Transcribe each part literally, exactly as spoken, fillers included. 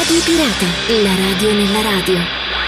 Radio Pirata, la radio nella radio.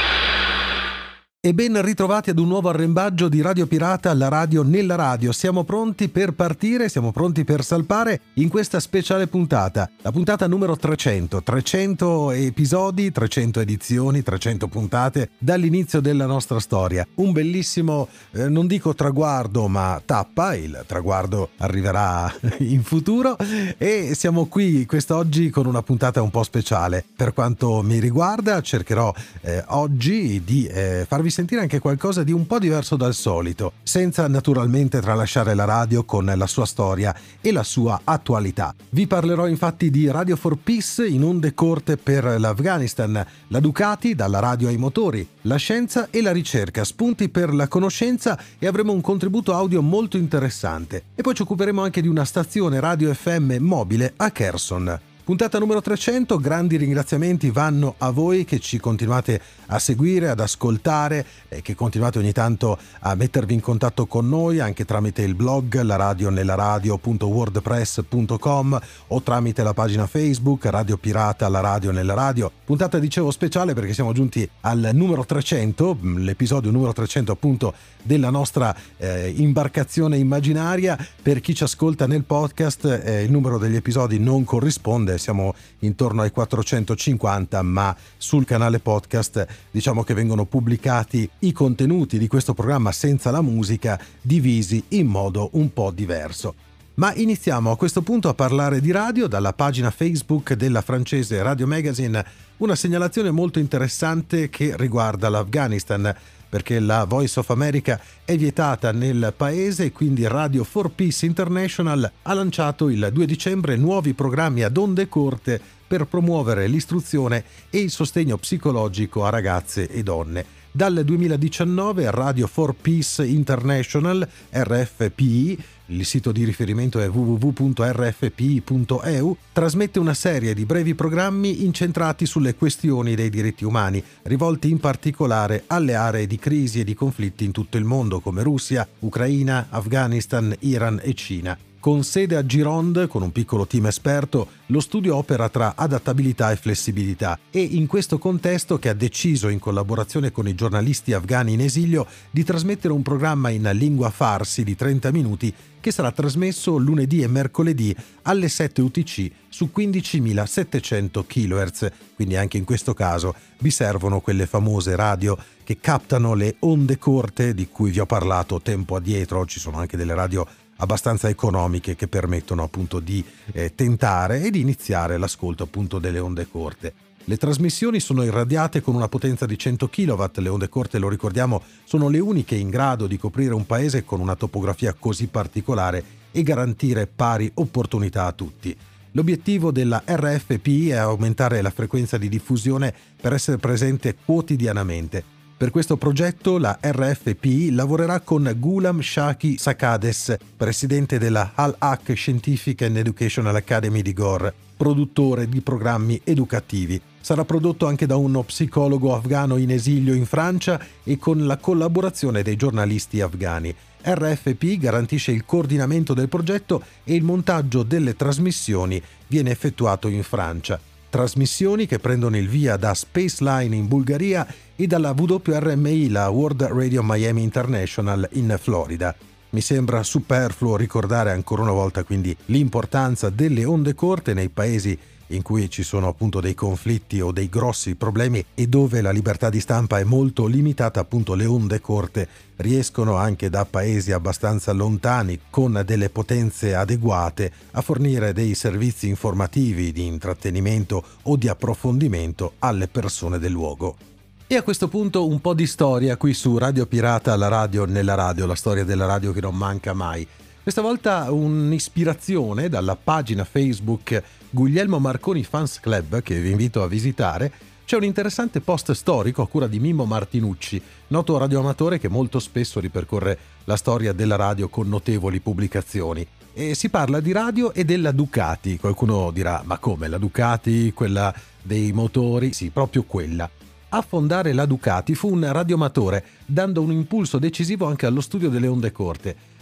E ben ritrovati ad un nuovo arrembaggio di Radio Pirata, la radio nella radio. Siamo pronti per partire, siamo pronti per salpare in questa speciale puntata. La puntata numero trecento. trecento episodi, trecento edizioni, trecento puntate dall'inizio della nostra storia. Un bellissimo, eh, non dico traguardo, ma tappa. Il traguardo arriverà in futuro. E siamo qui quest'oggi con una puntata un po' speciale. Per quanto mi riguarda, cercherò eh, oggi di eh, farvi sentire anche qualcosa di un po' diverso dal solito, senza naturalmente tralasciare la radio con la sua storia e la sua attualità. Vi parlerò infatti di Radio for Peace in onde corte per l'Afghanistan, la Ducati dalla radio ai motori, la scienza e la ricerca, spunti per la conoscenza, e avremo un contributo audio molto interessante. E poi ci occuperemo anche di una stazione radio F M mobile a Kherson. Puntata numero trecento, grandi ringraziamenti vanno a voi che ci continuate a seguire, ad ascoltare e che continuate ogni tanto a mettervi in contatto con noi anche tramite il blog la radio nella radio punto wordpress punto com o tramite la pagina Facebook Radio Pirata, la radio nella radio. Puntata, dicevo, speciale perché siamo giunti al numero trecento, l'episodio numero trecento appunto della nostra eh, imbarcazione immaginaria. Per chi ci ascolta nel podcast eh, il numero degli episodi non corrisponde, siamo intorno ai quattrocentocinquanta, ma sul canale podcast diciamo che vengono pubblicati i contenuti di questo programma senza la musica, divisi in modo un po' diverso. Ma iniziamo a questo punto a parlare di radio dalla pagina Facebook della francese Radio Magazine, una segnalazione molto interessante che riguarda l'Afghanistan, perché la Voice of America è vietata nel paese e quindi Radio for Peace International ha lanciato il due dicembre nuovi programmi ad onde corte per promuovere l'istruzione e il sostegno psicologico a ragazze e donne. Dal duemiladiciannove Radio for Peace International, R F P I, il sito di riferimento è w w w punto r f p i punto e u, trasmette una serie di brevi programmi incentrati sulle questioni dei diritti umani, rivolti in particolare alle aree di crisi e di conflitti in tutto il mondo come Russia, Ucraina, Afghanistan, Iran e Cina. Con sede a Gironde, con un piccolo team esperto, lo studio opera tra adattabilità e flessibilità e in questo contesto che ha deciso, in collaborazione con i giornalisti afghani in esilio, di trasmettere un programma in lingua farsi di trenta minuti che sarà trasmesso lunedì e mercoledì alle sette U T C su quindicimilasettecento chilohertz, quindi anche in questo caso vi servono quelle famose radio che captano le onde corte di cui vi ho parlato tempo addietro. Ci sono anche delle radio abbastanza economiche che permettono appunto di eh, tentare e di iniziare l'ascolto appunto delle onde corte. Le trasmissioni sono irradiate con una potenza di cento chilowatt. Le onde corte, lo ricordiamo, sono le uniche in grado di coprire un paese con una topografia così particolare e garantire pari opportunità a tutti. L'obiettivo della R F P I è aumentare la frequenza di diffusione per essere presente quotidianamente. Per questo progetto la R F P I lavorerà con Ghulam Shaki Sakades, presidente della Al-Haq Scientific and Educational Academy di Ghor, produttore di programmi educativi. Sarà prodotto anche da uno psicologo afghano in esilio in Francia e con la collaborazione dei giornalisti afghani. R F P I garantisce il coordinamento del progetto e il montaggio delle trasmissioni viene effettuato in Francia. Trasmissioni che prendono il via da Spaceline in Bulgaria e dalla W R M I, la World Radio Miami International, in Florida. Mi sembra superfluo ricordare ancora una volta quindi l'importanza delle onde corte nei paesi in cui ci sono appunto dei conflitti o dei grossi problemi e dove la libertà di stampa è molto limitata. Appunto le onde corte riescono anche da paesi abbastanza lontani, con delle potenze adeguate, a fornire dei servizi informativi, di intrattenimento o di approfondimento alle persone del luogo. E a questo punto un po' di storia qui su Radio Pirata, la radio nella radio, la storia della radio che non manca mai. Questa volta un'ispirazione dalla pagina Facebook Guglielmo Marconi Fans Club, che vi invito a visitare. C'è un interessante post storico a cura di Mimmo Martinucci, noto radioamatore che molto spesso ripercorre la storia della radio con notevoli pubblicazioni. E si parla di radio e della Ducati. Qualcuno dirà, ma come, la Ducati, quella dei motori? Sì, proprio quella. A fondare la Ducati fu un radioamatore, dando un impulso decisivo anche allo studio delle onde corte.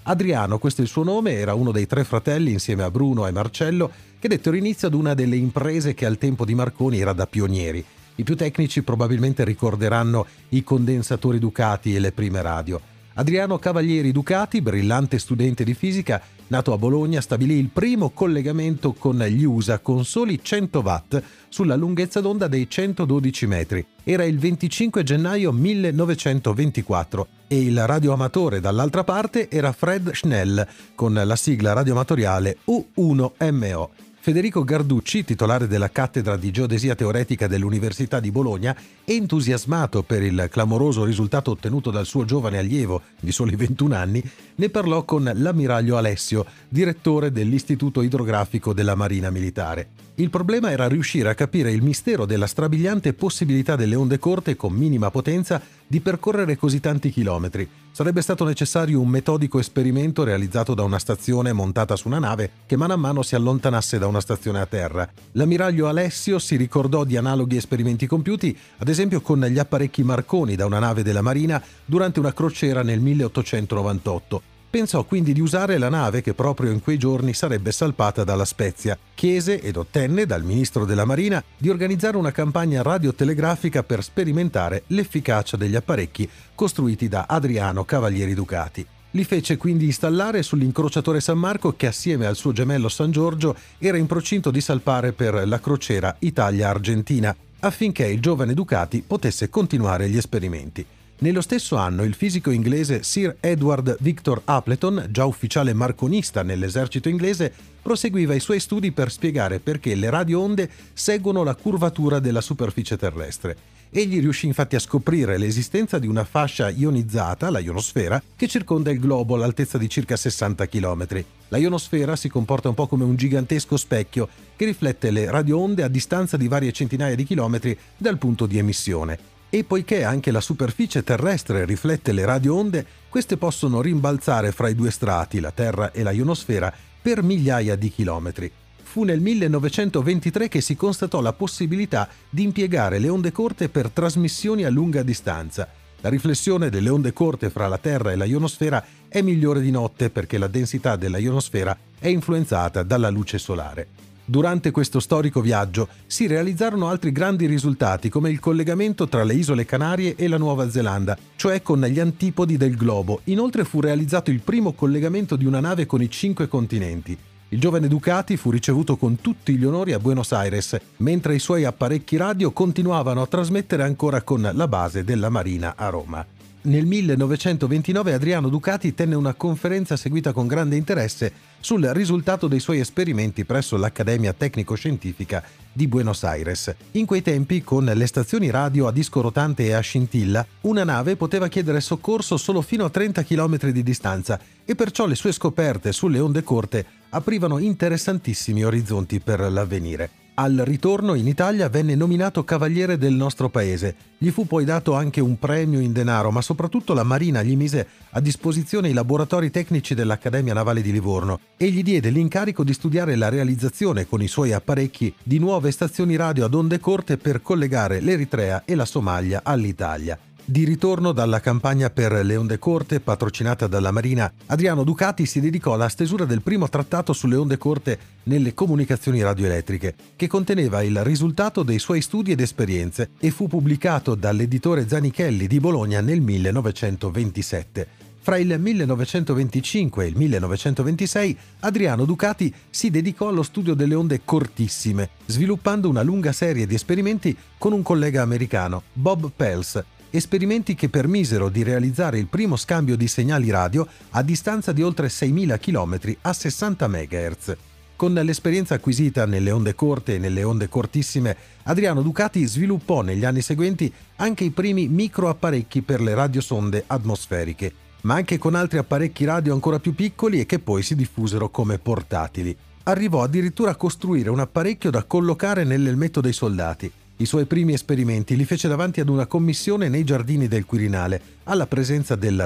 Adriano, questo è il suo nome, era uno dei tre fratelli insieme a Bruno e Marcello che dettero inizio ad una delle imprese che al tempo di Marconi era da pionieri. I più tecnici probabilmente ricorderanno i condensatori Ducati e le prime radio. Adriano Cavalieri Ducati, brillante studente di fisica, nato a Bologna, stabilì il primo collegamento con gli U S A con soli cento watt sulla lunghezza d'onda dei centododici metri. Era il venticinque gennaio millenovecentoventiquattro e il radioamatore dall'altra parte era Fred Schnell con la sigla radioamatoriale U uno M O. Federico Garducci, titolare della cattedra di geodesia teoretica dell'Università di Bologna, entusiasmato per il clamoroso risultato ottenuto dal suo giovane allievo di soli ventuno anni, ne parlò con l'ammiraglio Alessio, direttore dell'Istituto Idrografico della Marina Militare. Il problema era riuscire a capire il mistero della strabiliante possibilità delle onde corte con minima potenza di percorrere così tanti chilometri. Sarebbe stato necessario un metodico esperimento realizzato da una stazione montata su una nave che mano a mano si allontanasse da una stazione a terra. L'ammiraglio Alessio si ricordò di analoghi esperimenti compiuti, ad esempio con gli apparecchi Marconi da una nave della Marina durante una crociera nel milleottocentonovantotto. Pensò quindi di usare la nave che proprio in quei giorni sarebbe salpata dalla Spezia. Chiese ed ottenne dal ministro della Marina di organizzare una campagna radiotelegrafica per sperimentare l'efficacia degli apparecchi costruiti da Adriano Cavalieri Ducati. Li fece quindi installare sull'incrociatore San Marco che assieme al suo gemello San Giorgio era in procinto di salpare per la crociera Italia-Argentina, affinché il giovane Ducati potesse continuare gli esperimenti. Nello stesso anno il fisico inglese Sir Edward Victor Appleton, già ufficiale marconista nell'esercito inglese, proseguiva i suoi studi per spiegare perché le radioonde seguono la curvatura della superficie terrestre. Egli riuscì infatti a scoprire l'esistenza di una fascia ionizzata, la ionosfera, che circonda il globo all'altezza di circa sessanta chilometri. La ionosfera si comporta un po' come un gigantesco specchio che riflette le radioonde a distanza di varie centinaia di chilometri dal punto di emissione. E poiché anche la superficie terrestre riflette le radioonde, queste possono rimbalzare fra i due strati, la Terra e la ionosfera, per migliaia di chilometri. Fu nel millenovecentoventitré che si constatò la possibilità di impiegare le onde corte per trasmissioni a lunga distanza. La riflessione delle onde corte fra la Terra e la ionosfera è migliore di notte perché la densità della ionosfera è influenzata dalla luce solare. Durante questo storico viaggio si realizzarono altri grandi risultati come il collegamento tra le isole Canarie e la Nuova Zelanda, cioè con gli antipodi del globo. Inoltre fu realizzato il primo collegamento di una nave con i cinque continenti. Il giovane Ducati fu ricevuto con tutti gli onori a Buenos Aires, mentre i suoi apparecchi radio continuavano a trasmettere ancora con la base della Marina a Roma. Nel millenovecentoventinove Adriano Ducati tenne una conferenza seguita con grande interesse sul risultato dei suoi esperimenti presso l'Accademia Tecnico-Scientifica di Buenos Aires. In quei tempi, con le stazioni radio a disco rotante e a scintilla, una nave poteva chiedere soccorso solo fino a trenta chilometri di distanza e perciò le sue scoperte sulle onde corte aprivano interessantissimi orizzonti per l'avvenire. Al ritorno in Italia venne nominato Cavaliere del nostro paese. Gli fu poi dato anche un premio in denaro, ma soprattutto la Marina gli mise a disposizione i laboratori tecnici dell'Accademia Navale di Livorno e gli diede l'incarico di studiare la realizzazione con i suoi apparecchi di nuove stazioni radio ad onde corte per collegare l'Eritrea e la Somalia all'Italia. Di ritorno dalla campagna per le onde corte patrocinata dalla Marina, Adriano Ducati si dedicò alla stesura del primo trattato sulle onde corte nelle comunicazioni radioelettriche, che conteneva il risultato dei suoi studi ed esperienze e fu pubblicato dall'editore Zanichelli di Bologna nel millenovecentoventisette. Fra il millenovecentoventicinque e il millenovecentoventisei Adriano Ducati si dedicò allo studio delle onde cortissime, sviluppando una lunga serie di esperimenti con un collega americano, Bob Pels, esperimenti che permisero di realizzare il primo scambio di segnali radio a distanza di oltre seimila chilometri a sessanta megahertz. Con l'esperienza acquisita nelle onde corte e nelle onde cortissime, Adriano Ducati sviluppò negli anni seguenti anche i primi microapparecchi per le radiosonde atmosferiche, ma anche con altri apparecchi radio ancora più piccoli e che poi si diffusero come portatili. Arrivò addirittura a costruire un apparecchio da collocare nell'elmetto dei soldati. I suoi primi esperimenti li fece davanti ad una commissione nei giardini del Quirinale, alla presenza del re.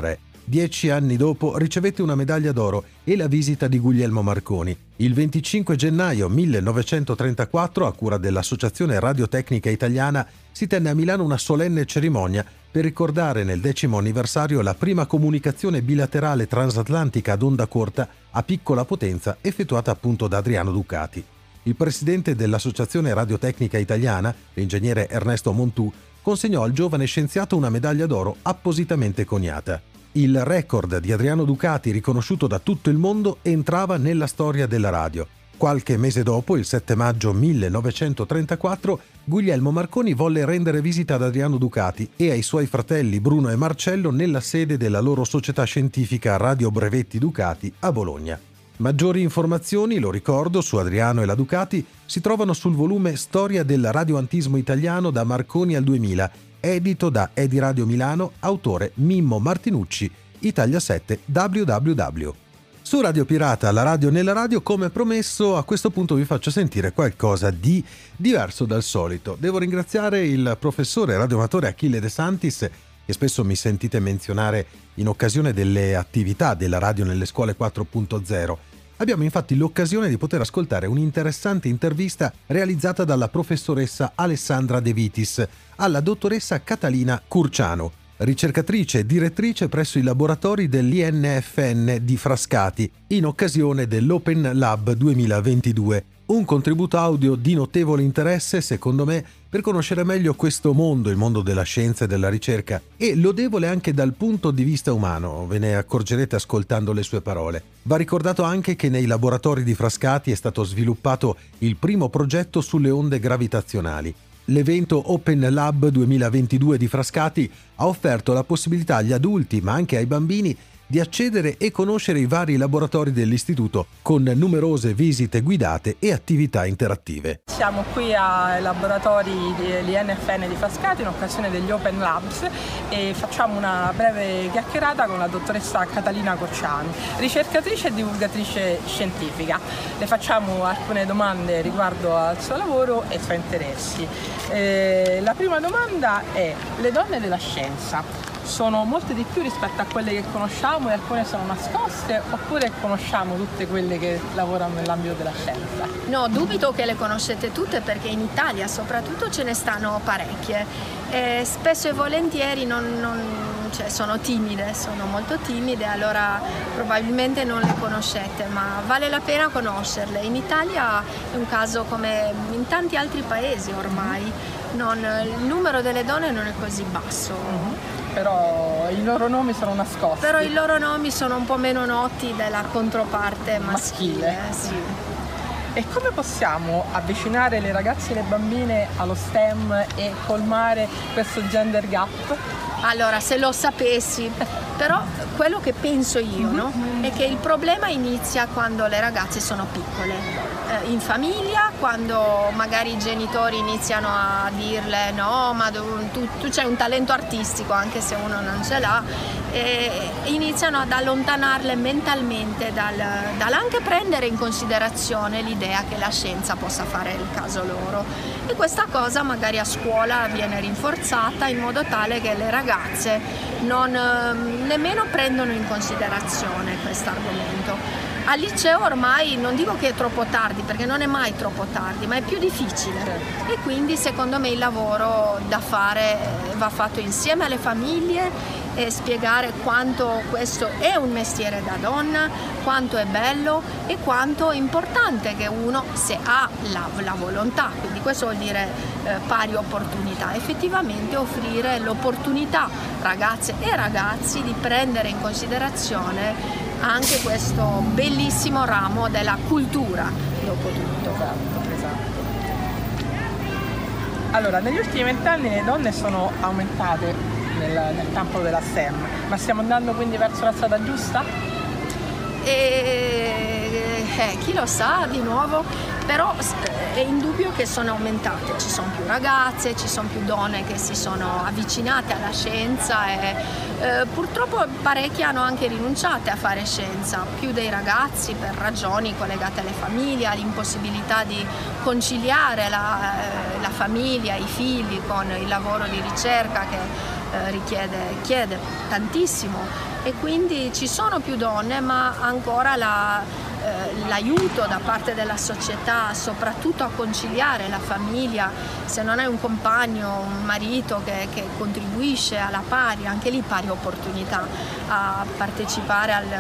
Dieci anni dopo ricevette una medaglia d'oro e la visita di Guglielmo Marconi. Il venticinque gennaio millenovecentotrentaquattro, a cura dell'Associazione Radiotecnica Italiana, si tenne a Milano una solenne cerimonia per ricordare nel decimo anniversario la prima comunicazione bilaterale transatlantica ad onda corta a piccola potenza effettuata appunto da Adriano Ducati. Il presidente dell'Associazione Radiotecnica Italiana, l'ingegnere Ernesto Montù, consegnò al giovane scienziato una medaglia d'oro appositamente coniata. Il record di Adriano Ducati, riconosciuto da tutto il mondo, entrava nella storia della radio. Qualche mese dopo, il sette maggio millenovecentotrentaquattro, Guglielmo Marconi volle rendere visita ad Adriano Ducati e ai suoi fratelli Bruno e Marcello nella sede della loro società scientifica Radio Brevetti Ducati a Bologna. Maggiori informazioni, lo ricordo, su Adriano e la Ducati si trovano sul volume Storia del radioantismo italiano da Marconi al duemila, edito da Edi Radio Milano, autore Mimmo Martinucci, Italia sette W W W. Su Radio Pirata, la radio nella radio, come promesso, a questo punto vi faccio sentire qualcosa di diverso dal solito. Devo ringraziare il professore radioamatore Achille De Santis, che spesso mi sentite menzionare in occasione delle attività della radio nelle scuole quattro punto zero. Abbiamo infatti l'occasione di poter ascoltare un'interessante intervista realizzata dalla professoressa Alessandra De Vitis alla dottoressa Catalina Curciano, ricercatrice e direttrice presso i laboratori dell'I N F N di Frascati, in occasione dell'Open Lab duemilaventidue. Un contributo audio di notevole interesse, secondo me, per conoscere meglio questo mondo, il mondo della scienza e della ricerca, e lodevole anche dal punto di vista umano, ve ne accorgerete ascoltando le sue parole. Va ricordato anche che nei laboratori di Frascati è stato sviluppato il primo progetto sulle onde gravitazionali. L'evento Open Lab duemilaventidue di Frascati ha offerto la possibilità agli adulti, ma anche ai bambini, di accedere e conoscere i vari laboratori dell'istituto con numerose visite guidate e attività interattive. Siamo qui ai laboratori dell'I N F N di Frascati in occasione degli Open Labs e facciamo una breve chiacchierata con la dottoressa Catalina Curciano, ricercatrice e divulgatrice scientifica. Le facciamo alcune domande riguardo al suo lavoro e ai suoi interessi. Eh, la prima domanda è: le donne della scienza sono molte di più rispetto a quelle che conosciamo e alcune sono nascoste, oppure conosciamo tutte quelle che lavorano nell'ambito della scienza? No, dubito che le conoscete tutte, perché in Italia soprattutto ce ne stanno parecchie. E spesso e volentieri non, non, cioè sono timide, sono molto timide, allora probabilmente non le conoscete, ma vale la pena conoscerle. In Italia è un caso come in tanti altri paesi ormai, non, il numero delle donne non è così basso. Mm-hmm. Però i loro nomi sono nascosti. Però i loro nomi sono un po' meno noti della controparte maschile. maschile. Sì. E come possiamo avvicinare le ragazze e le bambine allo STEM e colmare questo gender gap? Allora, se lo sapessi, però quello che penso io, no? È che il problema inizia quando le ragazze sono piccole, eh, in famiglia, quando magari i genitori iniziano a dirle no, ma tu, tu c'hai un talento artistico anche se uno non ce l'ha, e iniziano ad allontanarle mentalmente dal, dall'anche prendere in considerazione l'idea che la scienza possa fare il caso loro. E questa cosa magari a scuola viene rinforzata in modo tale che le ragazze non nemmeno prendono in considerazione questo argomento. Al liceo ormai non dico che è troppo tardi, perché non è mai troppo tardi, ma è più difficile, e quindi secondo me il lavoro da fare va fatto insieme alle famiglie e spiegare quanto questo è un mestiere da donna, quanto è bello e quanto è importante che uno, se ha la, la volontà, quindi questo vuol dire eh, pari opportunità, effettivamente offrire l'opportunità ragazze e ragazzi di prendere in considerazione anche questo bellissimo ramo della cultura, dopo tutto. Esatto, esatto. Allora, negli ultimi vent'anni le donne sono aumentate nel, nel campo della STEM, ma stiamo andando quindi verso la strada giusta? E, eh, chi lo sa di nuovo, però è indubbio che sono aumentate, ci sono più ragazze, ci sono più donne che si sono avvicinate alla scienza e eh, purtroppo parecchie hanno anche rinunciate a fare scienza, più dei ragazzi per ragioni collegate alle famiglie, all'impossibilità di conciliare la, eh, la famiglia, i figli con il lavoro di ricerca che eh, richiede chiede tantissimo, e quindi ci sono più donne, ma ancora la, eh, l'aiuto da parte della società, soprattutto a conciliare la famiglia, se non hai un compagno, un marito che, che contribuisce alla pari, anche lì pari opportunità a partecipare al,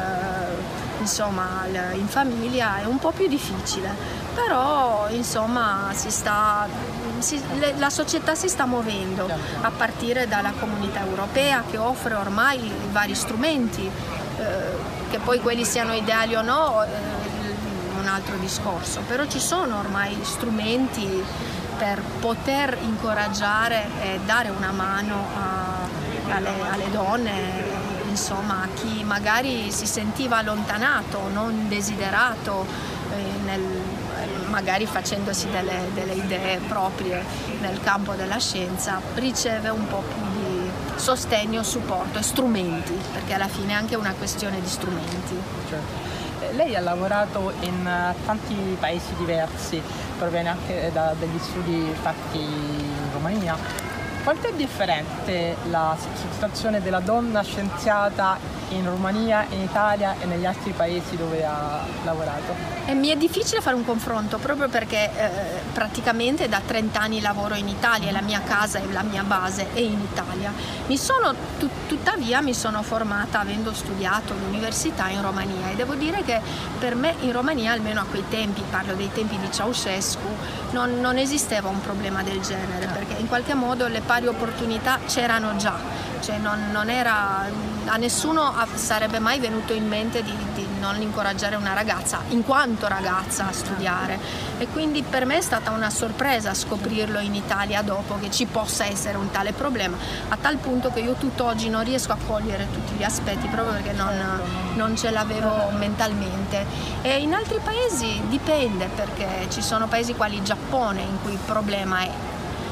insomma, al, in famiglia, è un po' più difficile, però insomma si sta, si, le, la società si sta muovendo a partire dalla Comunità Europea, che offre ormai vari strumenti, eh, che poi quelli siano ideali o no, eh, un altro discorso, però ci sono ormai strumenti per poter incoraggiare e dare una mano a, alle, alle donne, insomma, a chi magari si sentiva allontanato, non desiderato, eh, nel, magari facendosi delle, delle idee proprie nel campo della scienza, riceve un po' più di sostegno, supporto e strumenti, perché alla fine è anche una questione di strumenti. Certo. Lei ha lavorato in tanti paesi diversi, proviene anche da degli studi fatti in Romania. Quanto è differente la situazione della donna scienziata in Romania, in Italia e negli altri paesi dove ha lavorato? E mi è difficile fare un confronto proprio perché eh, praticamente da trenta anni lavoro in Italia e la mia casa e la mia base è in Italia. Mi sono, tut- tuttavia mi sono formata avendo studiato all'università in Romania, e devo dire che per me in Romania, almeno a quei tempi, parlo dei tempi di Ceausescu, non, non esisteva un problema del genere, perché in qualche modo le pari opportunità c'erano già, cioè non, non era, a nessuno sarebbe mai venuto in mente di, di non incoraggiare una ragazza in quanto ragazza a studiare, e quindi per me è stata una sorpresa scoprirlo in Italia dopo che ci possa essere un tale problema, a tal punto che io tutt'oggi non riesco a cogliere tutti gli aspetti proprio perché non, non ce l'avevo mentalmente. E in altri paesi dipende, perché ci sono paesi quali il Giappone in cui il problema è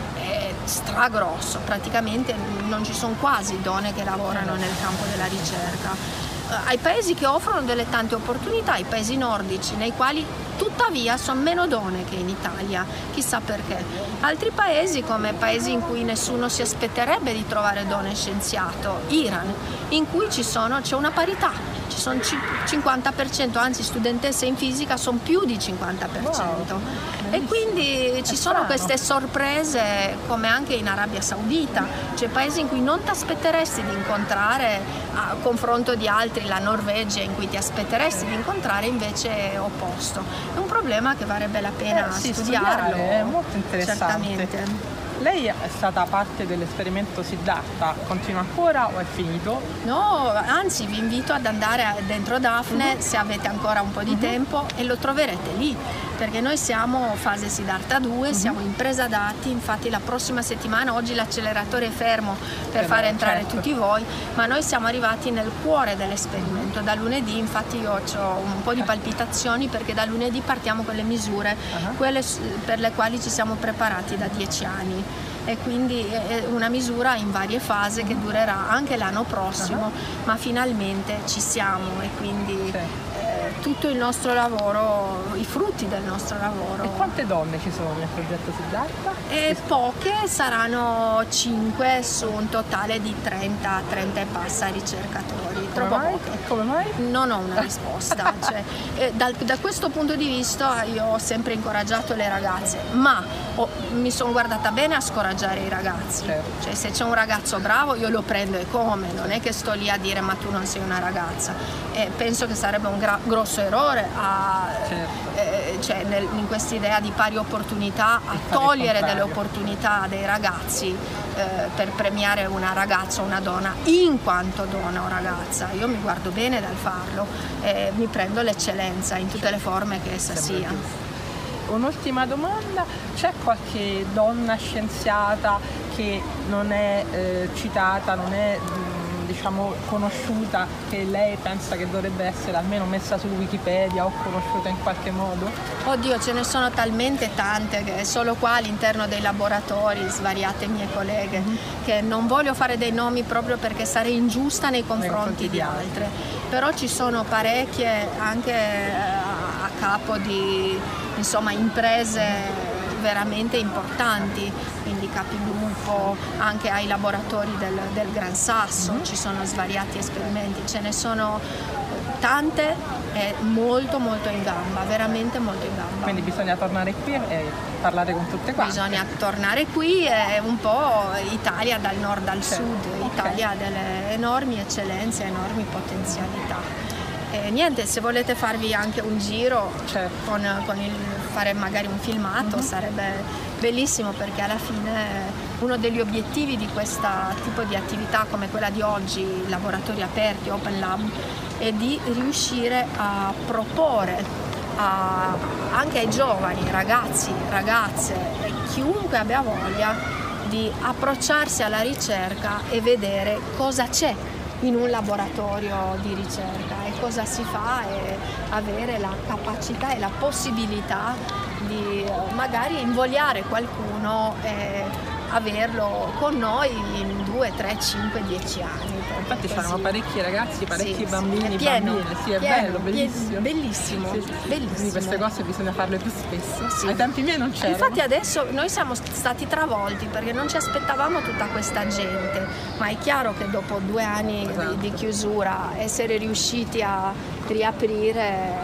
stragrosso, praticamente non ci sono quasi donne che lavorano nel campo della ricerca. Ai paesi che offrono delle tante opportunità, i paesi nordici, nei quali tuttavia sono meno donne che in Italia, chissà perché. Altri paesi, come paesi in cui nessuno si aspetterebbe di trovare donne scienziato, Iran, in cui ci sono, c'è una parità, ci sono cinquanta per cento, anzi studentesse in fisica sono più di cinquanta per cento. Wow. E quindi ci sono queste sorprese, come anche in Arabia Saudita, cioè paesi in cui non ti aspetteresti di incontrare, a confronto di altri, la Norvegia, in cui ti aspetteresti di incontrare invece opposto. È un problema che varrebbe la pena eh, sì, studiarlo. È molto interessante. Certamente. Lei è stata parte dell'esperimento Siddhartha, continua ancora o è finito? No, anzi vi invito ad andare dentro Daphne uh-huh. se avete ancora un po' di uh-huh. tempo, e lo troverete lì, perché noi siamo fase Siddhartha due, uh-huh. siamo in presa dati, infatti la prossima settimana, oggi l'acceleratore è fermo per eh fare beh, entrare certo. tutti voi, ma noi siamo arrivati nel cuore dell'esperimento. Da lunedì, infatti io ho un po' di palpitazioni, perché da lunedì partiamo con le misure, uh-huh. quelle per le quali ci siamo preparati da dieci anni. E quindi è una misura in varie fasi che durerà anche l'anno prossimo, uh-huh. ma finalmente ci siamo, e quindi sì. eh, tutto il nostro lavoro, i frutti del nostro lavoro. E quante donne ci sono nel progetto Siddhartha? E poche, saranno cinque su un totale di trenta, trenta e passa ricercatori. Troppo poche. E come mai? Non ho una risposta. cioè, eh, da, da questo punto di vista io ho sempre incoraggiato le ragazze, ma ho, mi sono guardata bene a scoraggiare i ragazzi. Certo. Cioè, se c'è un ragazzo bravo io lo prendo e come, non è che sto lì a dire ma tu non sei una ragazza. E penso che sarebbe un gra- grosso errore a, certo. eh, cioè, nel, in questa idea di pari opportunità, a togliere delle opportunità dei ragazzi eh, per premiare una ragazza o una donna in quanto donna o ragazza. Io mi guardo bene dal farlo e mi prendo l'eccellenza in tutte le forme che essa sia. Un'ultima domanda, c'è qualche donna scienziata che non è eh, citata, non è diciamo conosciuta, che lei pensa che dovrebbe essere almeno messa su Wikipedia o conosciuta in qualche modo? Oddio, ce ne sono talmente tante che solo qua all'interno dei laboratori, svariate mie colleghe, mm-hmm. che non voglio fare dei nomi proprio perché sarei ingiusta nei confronti di altre, però ci sono parecchie anche a capo di insomma imprese veramente importanti, quindi capigruppo anche ai laboratori del, del Gran Sasso, mm-hmm. ci sono svariati esperimenti, ce ne sono tante, è molto molto in gamba, veramente molto in gamba. Quindi bisogna tornare qui e parlare con tutte quante. Bisogna tornare qui, è un po' Italia dal nord al certo. sud, Okay. Italia ha delle enormi eccellenze, enormi potenzialità. E niente, se volete farvi anche un giro, certo. con, con il, fare magari un filmato, mm-hmm. sarebbe bellissimo, perché alla fine uno degli obiettivi di questo tipo di attività come quella di oggi, laboratori aperti, Open Lab, è di riuscire a proporre a, anche ai giovani, ragazzi, ragazze e chiunque abbia voglia di approcciarsi alla ricerca e vedere cosa c'è in un laboratorio di ricerca e cosa si fa, e avere la capacità e la possibilità di magari invogliare qualcuno e averlo con noi in due, tre, cinque, dieci anni. Infatti fanno parecchi ragazzi, parecchi sì, bambini, sì, è pieno, bambine, sì è pieno, bello, bellissimo. Bellissimo, sì, sì, sì. bellissimo. Quindi queste cose bisogna farle più spesso. Sì. Ai tempi miei non c'erano. Infatti adesso noi siamo stati travolti perché non ci aspettavamo tutta questa gente, ma è chiaro che dopo due anni esatto. di, di chiusura essere riusciti a riaprire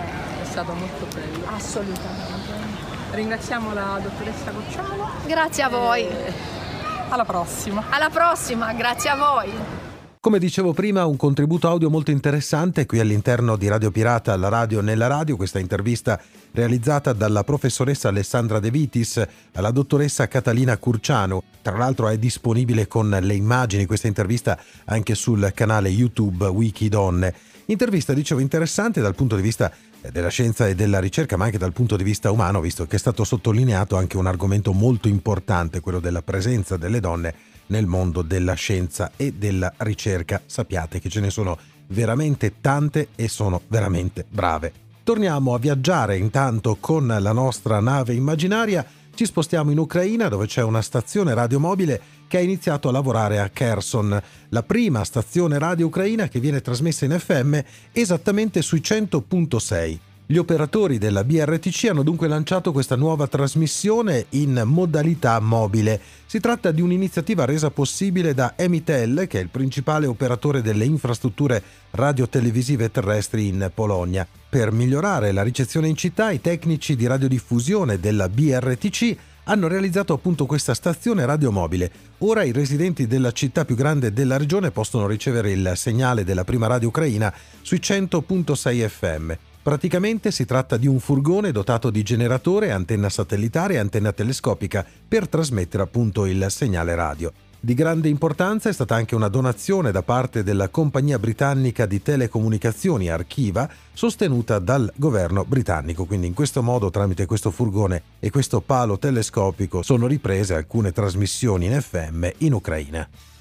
è stato molto bello. Assolutamente. Ringraziamo la dottoressa Cocciano. Grazie a voi. E alla prossima. Alla prossima, grazie a voi. Come dicevo prima, un contributo audio molto interessante qui all'interno di Radio Pirata, la radio nella radio, questa intervista realizzata dalla professoressa Alessandra De Vitis alla dottoressa Catalina Curcianu. Tra l'altro è disponibile con le immagini questa intervista anche sul canale YouTube Wikidonne. Intervista, dicevo, interessante dal punto di vista della scienza e della ricerca, ma anche dal punto di vista umano, visto che è stato sottolineato anche un argomento molto importante, quello della presenza delle donne nel mondo della scienza e della ricerca. Sappiate che ce ne sono veramente tante e sono veramente brave. Torniamo a viaggiare intanto con la nostra nave immaginaria. Ci spostiamo in Ucraina, dove c'è una stazione radiomobile che ha iniziato a lavorare a Kherson, la prima stazione radio ucraina che viene trasmessa in F M esattamente sui cento punto sei. Gli operatori della B R T C hanno dunque lanciato questa nuova trasmissione in modalità mobile. Si tratta di un'iniziativa resa possibile da Emitel, che è il principale operatore delle infrastrutture radiotelevisive terrestri in Polonia. Per migliorare la ricezione in città, i tecnici di radiodiffusione della B R T C hanno realizzato appunto questa stazione radiomobile. Ora i residenti della città più grande della regione possono ricevere il segnale della prima radio ucraina sui cento punto sei F M. Praticamente si tratta di un furgone dotato di generatore, antenna satellitare e antenna telescopica per trasmettere appunto il segnale radio. Di grande importanza è stata anche una donazione da parte della compagnia britannica di telecomunicazioni Archiva, sostenuta dal governo britannico. Quindi in questo modo, tramite questo furgone e questo palo telescopico, sono riprese alcune trasmissioni in F M in Ucraina.